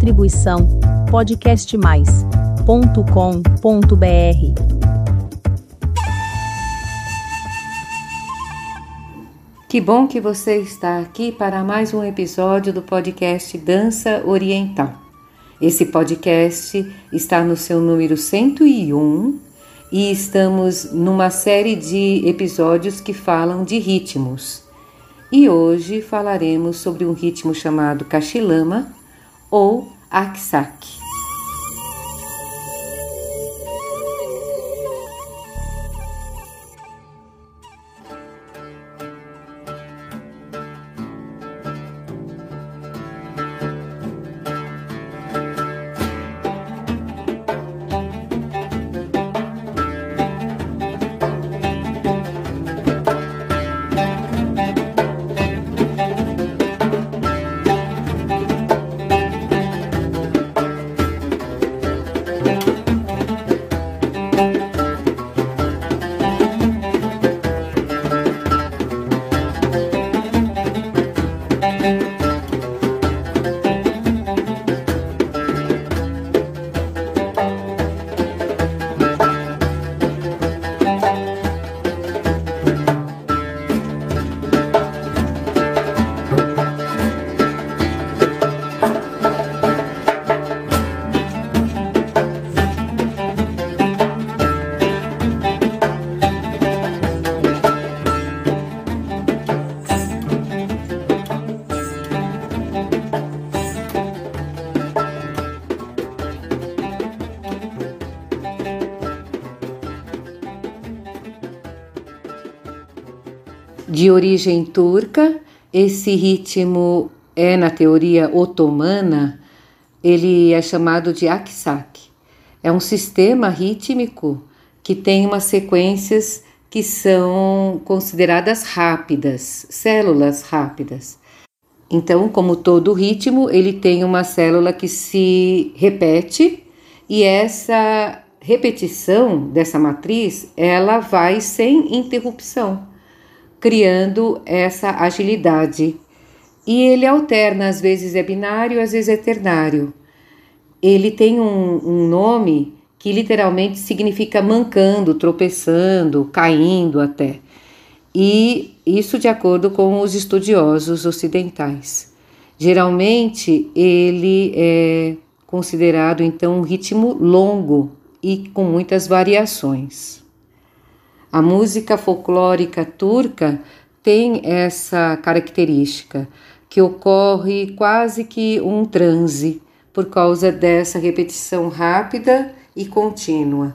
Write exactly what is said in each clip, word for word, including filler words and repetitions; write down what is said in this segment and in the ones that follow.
Distribuição podcast mais ponto com ponto br. Que bom que você está aqui para mais um episódio do podcast Dança Oriental. Esse podcast está no seu número cento e um e estamos numa série de episódios que falam de ritmos. E hoje falaremos sobre um ritmo chamado Kachilama ou Aksak. De origem turca, esse ritmo é, na teoria otomana, ele é chamado de Aksak. É um sistema rítmico que tem umas sequências que são consideradas rápidas, células rápidas. Então, como todo ritmo, ele tem uma célula que se repete e essa repetição dessa matriz, ela vai sem interrupção, criando essa agilidade. E ele alterna, às vezes é binário, às vezes é ternário. Ele tem um, um nome que literalmente significa mancando, tropeçando, caindo até. E isso de acordo com os estudiosos ocidentais. Geralmente ele é considerado então um ritmo longo e com muitas variações. A música folclórica turca tem essa característica, que ocorre quase que um transe por causa dessa repetição rápida e contínua.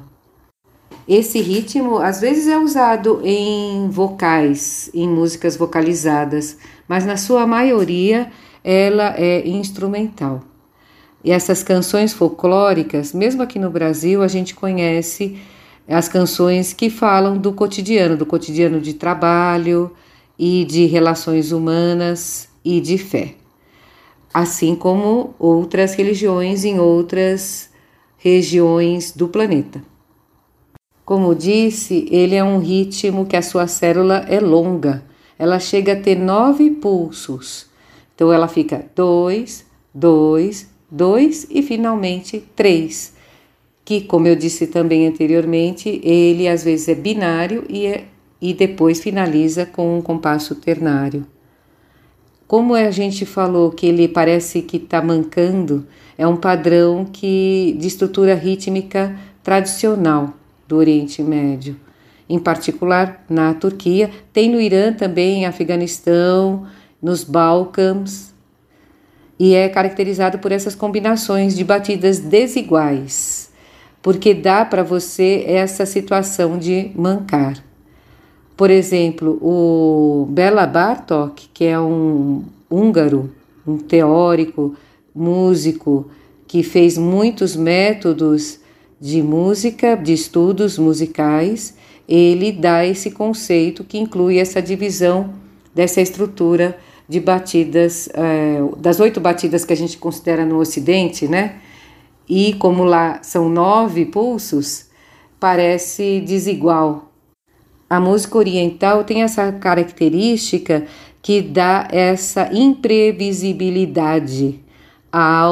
Esse ritmo às vezes é usado em vocais, em músicas vocalizadas, mas na sua maioria ela é instrumental. E essas canções folclóricas, mesmo aqui no Brasil, a gente conhece as canções que falam do cotidiano, do cotidiano de trabalho e de relações humanas e de fé, assim como outras religiões em outras regiões do planeta. Como disse, ele é um ritmo que a sua célula é longa, ela chega a ter nove pulsos, então ela fica dois, dois, dois e finalmente três. Que, como eu disse também anteriormente, ele às vezes é binário e, é, e depois finaliza com um compasso ternário. Como a gente falou que ele parece que está mancando, é um padrão que, de estrutura rítmica tradicional do Oriente Médio, em particular na Turquia, tem no Irã também, Afeganistão, nos Balcãs, e é caracterizado por essas combinações de batidas desiguais, porque dá para você essa situação de mancar. Por exemplo, o Béla Bartók, que é um húngaro, um teórico, músico, que fez muitos métodos de música, de estudos musicais, ele dá esse conceito que inclui essa divisão dessa estrutura de batidas, é, das oito batidas que a gente considera no Ocidente, né? E como lá são nove pulsos, parece desigual. A música oriental tem essa característica que dá essa imprevisibilidade ao,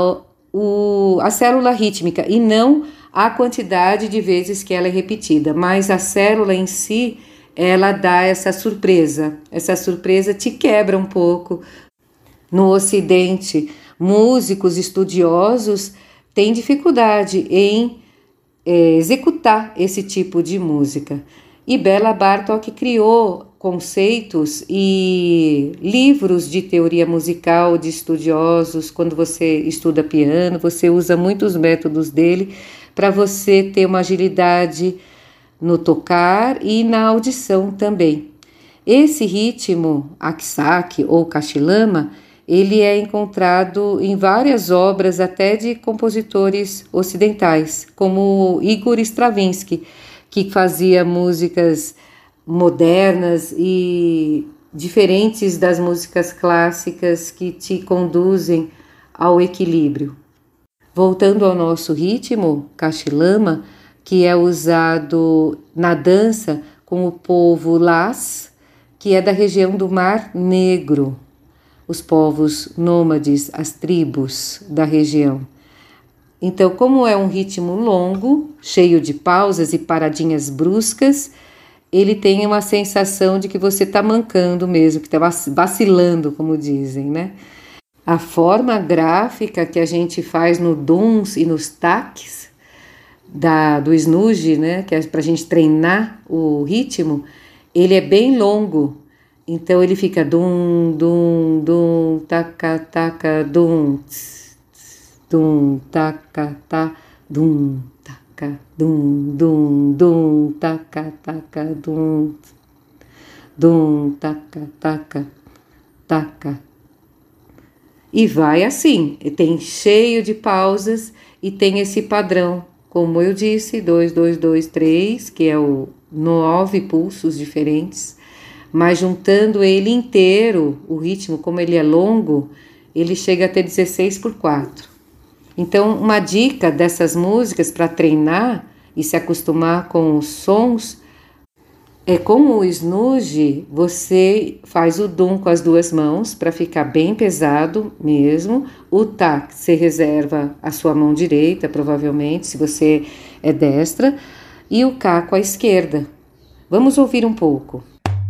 o, a célula rítmica e não a quantidade de vezes que ela é repetida, mas a célula em si, ela dá essa surpresa, essa surpresa te quebra um pouco. No Ocidente, músicos estudiosos têm dificuldade em é, executar esse tipo de música. E Béla Bartók criou conceitos e livros de teoria musical de estudiosos. Quando você estuda piano, você usa muitos métodos dele para você ter uma agilidade no tocar e na audição também. Esse ritmo, Aksak ou Kashilama, ele é encontrado em várias obras até de compositores ocidentais, como Igor Stravinsky, que fazia músicas modernas e diferentes das músicas clássicas que te conduzem ao equilíbrio. Voltando ao nosso ritmo, Kashilama, que é usado na dança com o povo Laz, que é da região do Mar Negro, os povos nômades, as tribos da região. Então, como é um ritmo longo, cheio de pausas e paradinhas bruscas, ele tem uma sensação de que você está mancando mesmo, que está vacilando, como dizem, né? A forma gráfica que a gente faz no duns e nos taques da, do snooze, né, que é para a gente treinar o ritmo, ele é bem longo. Então ele fica dum, dum, dum, taca, taca, dum, tss, tss, dum, taca, ta, dum, taca, dum, dum, dum, taca, taca, dum, dum, taca, taca, taca. E vai assim, tem cheio de pausas e tem esse padrão, como eu disse, dois, dois, dois, três, que é o nove pulsos diferentes. Mas juntando ele inteiro, o ritmo, como ele é longo, ele chega a ter dezesseis por quatro. Então, uma dica dessas músicas para treinar e se acostumar com os sons é como o snooze, você faz o dum com as duas mãos para ficar bem pesado mesmo. O tá, você reserva a sua mão direita, provavelmente, se você é destra, e o cá com a esquerda. Vamos ouvir um pouco.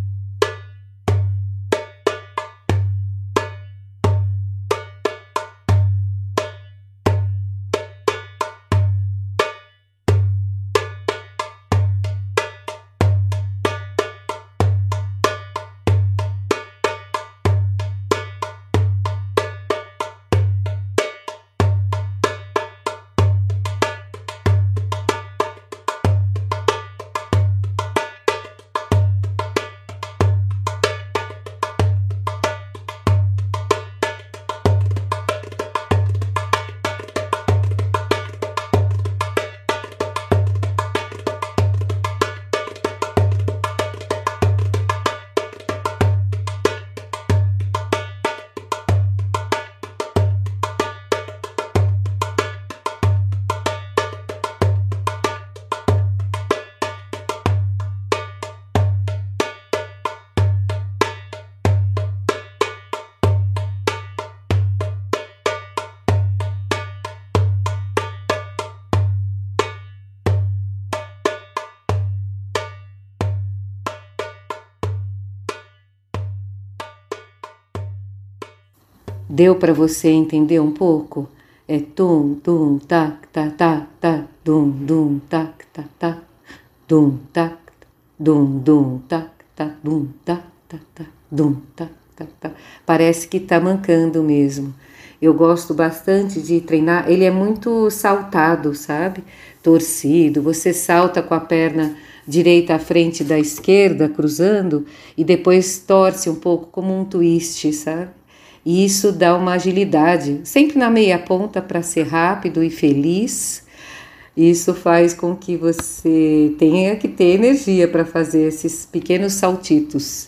Deu para você entender um pouco? É tum, tum, tac, tá, tá, tá, dum, dum, tac, tá, tá, dum, tac, dum, dum, tac, tá, dum, tac, tá, tá, dum, tac, tá, tá. Parece que tá mancando mesmo. Eu gosto bastante de treinar, ele é muito saltado, sabe? Torcido, você salta com a perna direita à frente da esquerda, cruzando, e depois torce um pouco como um twist, sabe? E isso dá uma agilidade, sempre na meia ponta para ser rápido e feliz. Isso faz com que você tenha que ter energia para fazer esses pequenos saltitos.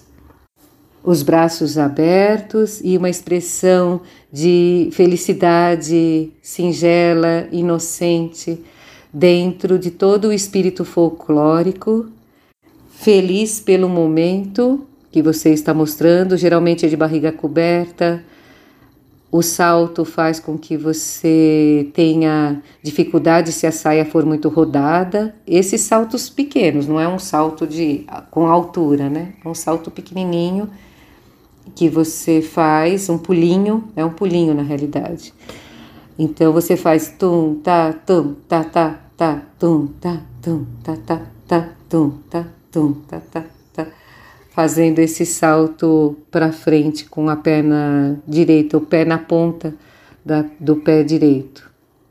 Os braços abertos e uma expressão de felicidade singela, inocente, dentro de todo o espírito folclórico, feliz pelo momento que você está mostrando, geralmente é de barriga coberta, O salto faz com que você tenha dificuldade se a saia for muito rodada. Esses saltos pequenos, não é um salto de, com altura, né? É um salto pequenininho que você faz, um pulinho, é um pulinho na realidade. Então você faz tum, tá, tum, tá, tá, tá, tum, tá, tum, tá, tá, tá, tum, tá, tum, tá, tá, tá. Fazendo esse salto para frente com a perna direita, o pé na ponta da, do pé direito.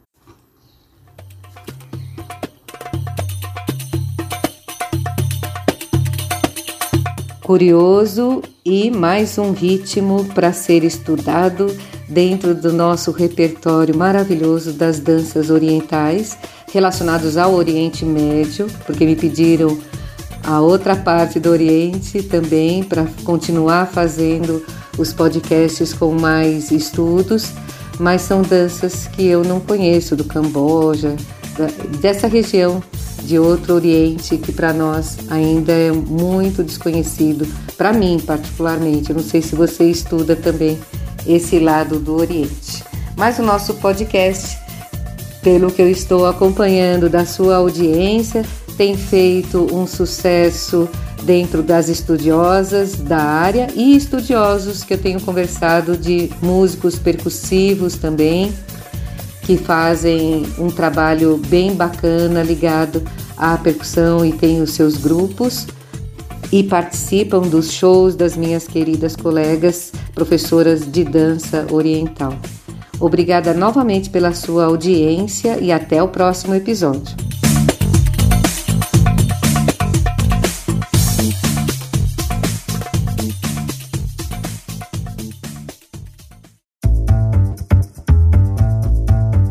Curioso e mais um ritmo para ser estudado dentro do nosso repertório maravilhoso das danças orientais relacionados ao Oriente Médio, porque me pediram a outra parte do Oriente também para continuar fazendo os podcasts com mais estudos, mas são danças que eu não conheço, do Camboja, da, dessa região de outro Oriente que para nós ainda é muito desconhecido, para mim particularmente. Eu não sei se você estuda também esse lado do Oriente. Mas o nosso podcast, pelo que eu estou acompanhando da sua audiência, tem feito um sucesso dentro das estudiosas da área e estudiosos que eu tenho conversado, de músicos percussivos também, que fazem um trabalho bem bacana ligado à percussão e têm os seus grupos e participam dos shows das minhas queridas colegas professoras de dança oriental. Obrigada novamente pela sua audiência e até o próximo episódio.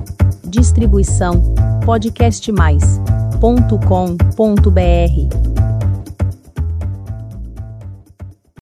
Distribuição podcast mais ponto com ponto br